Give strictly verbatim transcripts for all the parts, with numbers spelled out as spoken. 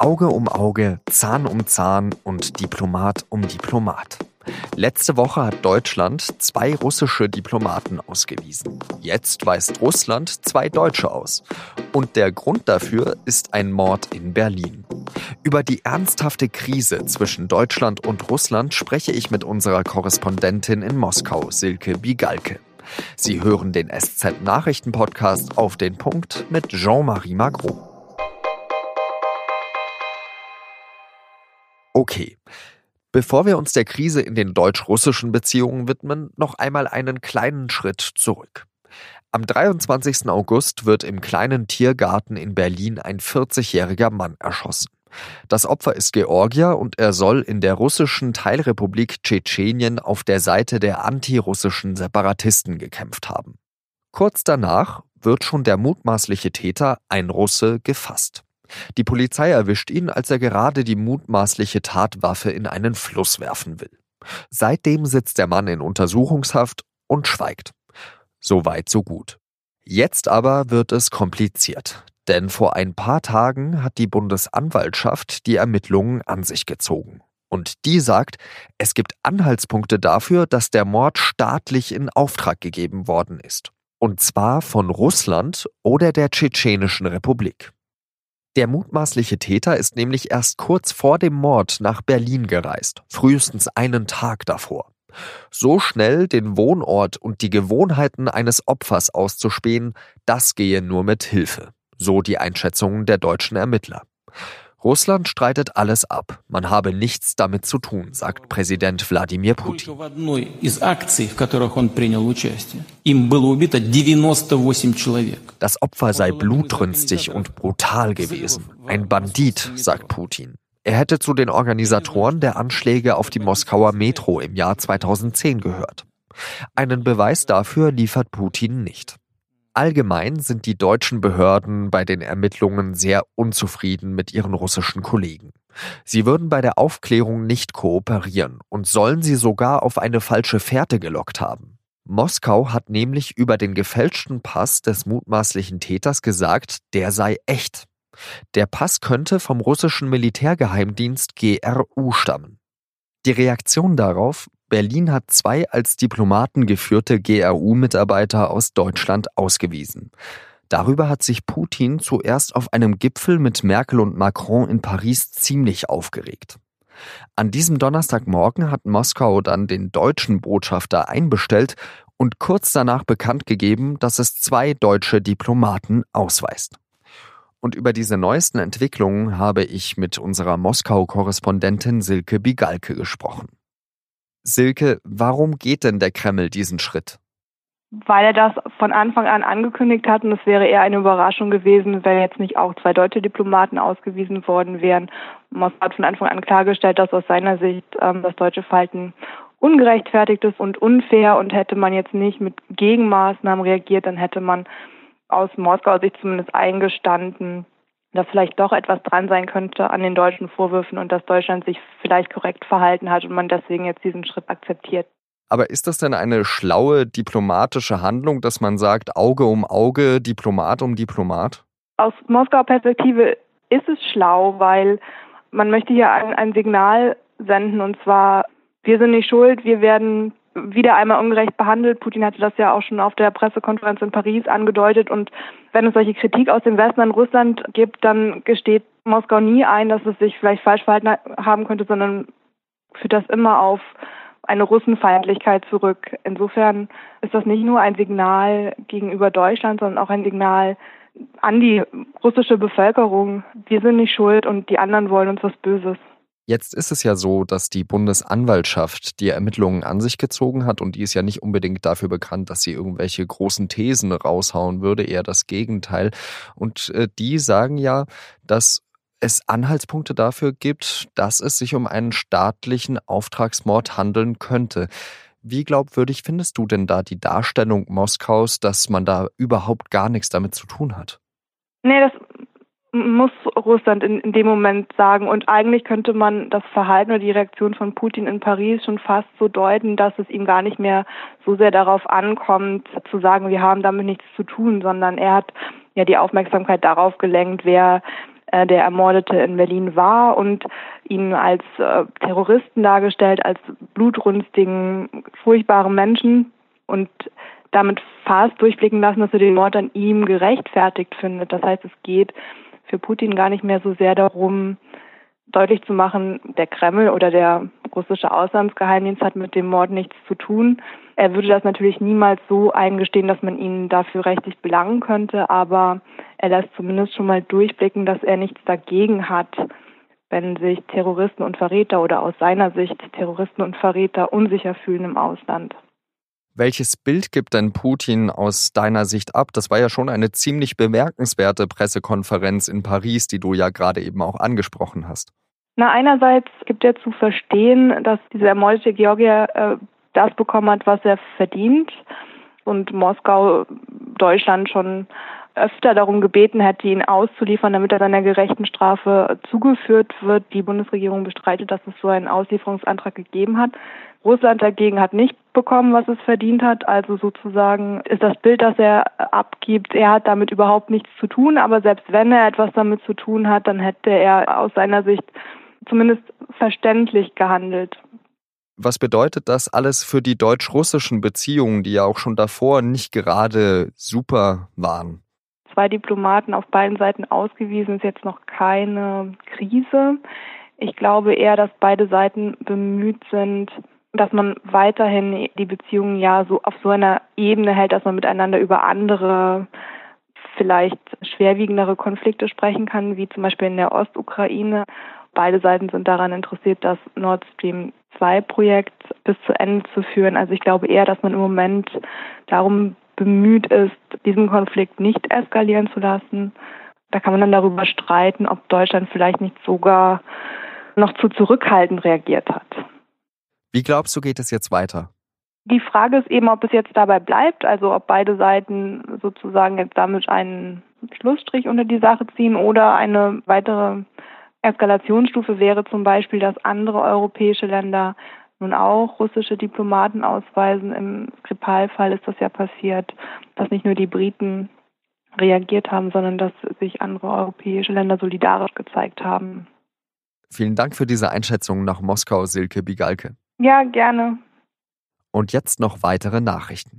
Auge um Auge, Zahn um Zahn und Diplomat um Diplomat. Letzte Woche hat Deutschland zwei russische Diplomaten ausgewiesen. Jetzt weist Russland zwei Deutsche aus. Und der Grund dafür ist ein Mord in Berlin. Über die ernsthafte Krise zwischen Deutschland und Russland spreche ich mit unserer Korrespondentin in Moskau, Silke Bigalke. Sie hören den S Z-Nachrichten-Podcast Auf den Punkt mit Jean-Marie Magro. Okay, bevor wir uns der Krise in den deutsch-russischen Beziehungen widmen, noch einmal einen kleinen Schritt zurück. Am dreiundzwanzigsten August wird im kleinen Tiergarten in Berlin ein vierzigjähriger Mann erschossen. Das Opfer ist Georgier und er soll in der russischen Teilrepublik Tschetschenien auf der Seite der antirussischen Separatisten gekämpft haben. Kurz danach wird schon der mutmaßliche Täter, ein Russe, gefasst. Die Polizei erwischt ihn, als er gerade die mutmaßliche Tatwaffe in einen Fluss werfen will. Seitdem sitzt der Mann in Untersuchungshaft und schweigt. So weit, so gut. Jetzt aber wird es kompliziert. Denn vor ein paar Tagen hat die Bundesanwaltschaft die Ermittlungen an sich gezogen. Und die sagt, es gibt Anhaltspunkte dafür, dass der Mord staatlich in Auftrag gegeben worden ist. Und zwar von Russland oder der Tschetschenischen Republik. Der mutmaßliche Täter ist nämlich erst kurz vor dem Mord nach Berlin gereist, frühestens einen Tag davor. So schnell den Wohnort und die Gewohnheiten eines Opfers auszuspähen, das gehe nur mit Hilfe. So die Einschätzungen der deutschen Ermittler. Russland streitet alles ab. Man habe nichts damit zu tun, sagt Präsident Wladimir Putin. Das Opfer sei blutrünstig und brutal gewesen. Ein Bandit, sagt Putin. Er hätte zu den Organisatoren der Anschläge auf die Moskauer Metro im Jahr zweitausendzehn gehört. Einen Beweis dafür liefert Putin nicht. Allgemein sind die deutschen Behörden bei den Ermittlungen sehr unzufrieden mit ihren russischen Kollegen. Sie würden bei der Aufklärung nicht kooperieren und sollen sie sogar auf eine falsche Fährte gelockt haben. Moskau hat nämlich über den gefälschten Pass des mutmaßlichen Täters gesagt, der sei echt. Der Pass könnte vom russischen Militärgeheimdienst G R U stammen. Die Reaktion darauf: Berlin hat zwei als Diplomaten geführte G R U-Mitarbeiter aus Deutschland ausgewiesen. Darüber hat sich Putin zuerst auf einem Gipfel mit Merkel und Macron in Paris ziemlich aufgeregt. An diesem Donnerstagmorgen hat Moskau dann den deutschen Botschafter einbestellt und kurz danach bekannt gegeben, dass es zwei deutsche Diplomaten ausweist. Und über diese neuesten Entwicklungen habe ich mit unserer Moskau-Korrespondentin Silke Bigalke gesprochen. Silke, warum geht denn der Kreml diesen Schritt? Weil er das von Anfang an angekündigt hat und es wäre eher eine Überraschung gewesen, wenn jetzt nicht auch zwei deutsche Diplomaten ausgewiesen worden wären. Moskau hat von Anfang an klargestellt, dass aus seiner Sicht ähm, das deutsche Verhalten ungerechtfertigt ist und unfair, und hätte man jetzt nicht mit Gegenmaßnahmen reagiert, dann hätte man aus Moskauer Sicht zumindest eingestanden, dass vielleicht doch etwas dran sein könnte an den deutschen Vorwürfen und dass Deutschland sich vielleicht korrekt verhalten hat und man deswegen jetzt diesen Schritt akzeptiert. Aber ist das denn eine schlaue diplomatische Handlung, dass man sagt, Auge um Auge, Diplomat um Diplomat? Aus Moskauer Perspektive ist es schlau, weil man möchte hier ein, ein Signal senden, und zwar: Wir sind nicht schuld, wir werden wieder einmal ungerecht behandelt. Putin hatte das ja auch schon auf der Pressekonferenz in Paris angedeutet. Und wenn es solche Kritik aus dem Westen an Russland gibt, dann gesteht Moskau nie ein, dass es sich vielleicht falsch verhalten haben könnte, sondern führt das immer auf eine Russenfeindlichkeit zurück. Insofern ist das nicht nur ein Signal gegenüber Deutschland, sondern auch ein Signal an die russische Bevölkerung. Wir sind nicht schuld und die anderen wollen uns was Böses. Jetzt ist es ja so, dass die Bundesanwaltschaft die Ermittlungen an sich gezogen hat, und die ist ja nicht unbedingt dafür bekannt, dass sie irgendwelche großen Thesen raushauen würde, eher das Gegenteil. Und äh, die sagen ja, dass es Anhaltspunkte dafür gibt, dass es sich um einen staatlichen Auftragsmord handeln könnte. Wie glaubwürdig findest du denn da die Darstellung Moskaus, dass man da überhaupt gar nichts damit zu tun hat? Nee, das muss Russland in, in dem Moment sagen. Und eigentlich könnte man das Verhalten oder die Reaktion von Putin in Paris schon fast so deuten, dass es ihm gar nicht mehr so sehr darauf ankommt, zu sagen, wir haben damit nichts zu tun, sondern er hat ja die Aufmerksamkeit darauf gelenkt, wer äh, der Ermordete in Berlin war und ihn als äh, Terroristen dargestellt, als blutrünstigen, furchtbaren Menschen und damit fast durchblicken lassen, dass er den Mord an ihm gerechtfertigt findet. Das heißt, es geht für Putin gar nicht mehr so sehr darum, deutlich zu machen, der Kreml oder der russische Auslandsgeheimdienst hat mit dem Mord nichts zu tun. Er würde das natürlich niemals so eingestehen, dass man ihn dafür rechtlich belangen könnte, aber er lässt zumindest schon mal durchblicken, dass er nichts dagegen hat, wenn sich Terroristen und Verräter oder aus seiner Sicht Terroristen und Verräter unsicher fühlen im Ausland. Welches Bild gibt denn Putin aus deiner Sicht ab? Das war ja schon eine ziemlich bemerkenswerte Pressekonferenz in Paris, die du ja gerade eben auch angesprochen hast. Na, einerseits gibt er zu verstehen, dass dieser ermordete Georgier äh, das bekommen hat, was er verdient und Moskau Deutschland schon öfter darum gebeten hätte, ihn auszuliefern, damit er seiner gerechten Strafe zugeführt wird. Die Bundesregierung bestreitet, dass es so einen Auslieferungsantrag gegeben hat. Russland dagegen hat nicht bekommen, was es verdient hat. Also sozusagen ist das Bild, das er abgibt, er hat damit überhaupt nichts zu tun. Aber selbst wenn er etwas damit zu tun hat, dann hätte er aus seiner Sicht zumindest verständlich gehandelt. Was bedeutet das alles für die deutsch-russischen Beziehungen, die ja auch schon davor nicht gerade super waren? Zwei Diplomaten auf beiden Seiten ausgewiesen, ist jetzt noch keine Krise. Ich glaube eher, dass beide Seiten bemüht sind, dass man weiterhin die Beziehungen ja so auf so einer Ebene hält, dass man miteinander über andere, vielleicht schwerwiegendere Konflikte sprechen kann, wie zum Beispiel in der Ostukraine. Beide Seiten sind daran interessiert, das Nord Stream zwei Projekt bis zu Ende zu führen. Also ich glaube eher, dass man im Moment darum bemüht ist, diesen Konflikt nicht eskalieren zu lassen. Da kann man dann darüber streiten, ob Deutschland vielleicht nicht sogar noch zu zurückhaltend reagiert hat. Wie glaubst du, geht es jetzt weiter? Die Frage ist eben, ob es jetzt dabei bleibt, also ob beide Seiten sozusagen jetzt damit einen Schlussstrich unter die Sache ziehen oder eine weitere Eskalationsstufe wäre zum Beispiel, dass andere europäische Länder nun auch russische Diplomaten ausweisen. Im Skripal-Fall ist das ja passiert, dass nicht nur die Briten reagiert haben, sondern dass sich andere europäische Länder solidarisch gezeigt haben. Vielen Dank für diese Einschätzung nach Moskau, Silke Bigalke. Ja, gerne. Und jetzt noch weitere Nachrichten.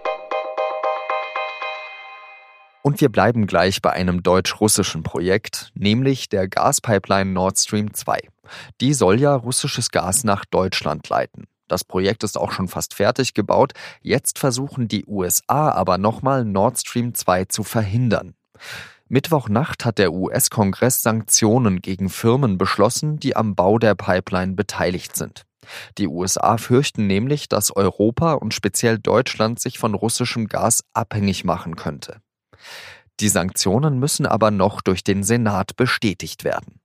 Und wir bleiben gleich bei einem deutsch-russischen Projekt, nämlich der Gaspipeline Nord Stream zwei. Die soll ja russisches Gas nach Deutschland leiten. Das Projekt ist auch schon fast fertig gebaut. Jetzt versuchen die U S A aber nochmal Nord Stream zwei zu verhindern. Mittwochnacht hat der U S-Kongress Sanktionen gegen Firmen beschlossen, die am Bau der Pipeline beteiligt sind. Die U S A fürchten nämlich, dass Europa und speziell Deutschland sich von russischem Gas abhängig machen könnte. Die Sanktionen müssen aber noch durch den Senat bestätigt werden.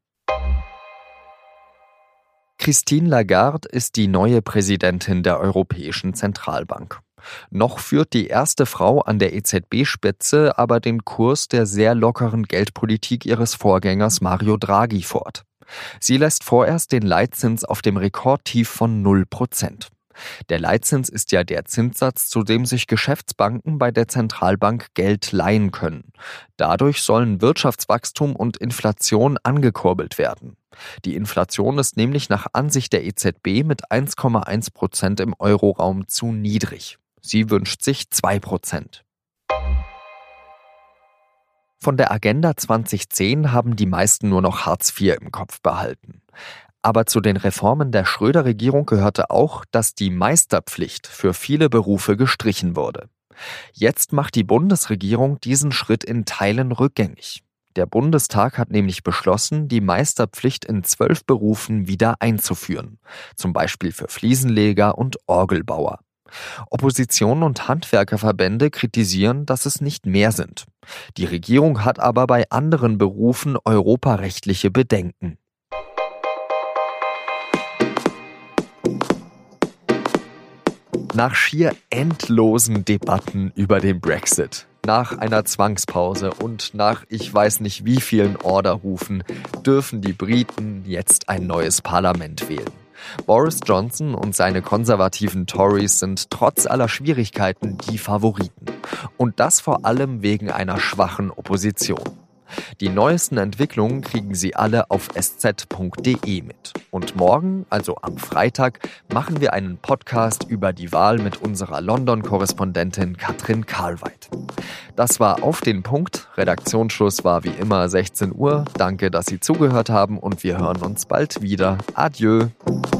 Christine Lagarde ist die neue Präsidentin der Europäischen Zentralbank. Noch führt die erste Frau an der E Z B-Spitze aber den Kurs der sehr lockeren Geldpolitik ihres Vorgängers Mario Draghi fort. Sie lässt vorerst den Leitzins auf dem Rekordtief von null Prozent. Der Leitzins ist ja der Zinssatz, zu dem sich Geschäftsbanken bei der Zentralbank Geld leihen können. Dadurch sollen Wirtschaftswachstum und Inflation angekurbelt werden. Die Inflation ist nämlich nach Ansicht der E Z B mit eins Komma eins Prozent im Euroraum zu niedrig. Sie wünscht sich zwei Prozent. Von der Agenda zwanzig zehn haben die meisten nur noch Hartz vier im Kopf behalten. Aber zu den Reformen der Schröder-Regierung gehörte auch, dass die Meisterpflicht für viele Berufe gestrichen wurde. Jetzt macht die Bundesregierung diesen Schritt in Teilen rückgängig. Der Bundestag hat nämlich beschlossen, die Meisterpflicht in zwölf Berufen wieder einzuführen. Zum Beispiel für Fliesenleger und Orgelbauer. Opposition und Handwerkerverbände kritisieren, dass es nicht mehr sind. Die Regierung hat aber bei anderen Berufen europarechtliche Bedenken. Nach schier endlosen Debatten über den Brexit, nach einer Zwangspause und nach ich weiß nicht wie vielen Orderrufen dürfen die Briten jetzt ein neues Parlament wählen. Boris Johnson und seine konservativen Tories sind trotz aller Schwierigkeiten die Favoriten. Und das vor allem wegen einer schwachen Opposition. Die neuesten Entwicklungen kriegen Sie alle auf s z punkt d e mit. Und morgen, also am Freitag, machen wir einen Podcast über die Wahl mit unserer London-Korrespondentin Katrin Karlweit. Das war Auf den Punkt. Redaktionsschluss war wie immer sechzehn Uhr. Danke, dass Sie zugehört haben und wir hören uns bald wieder. Adieu.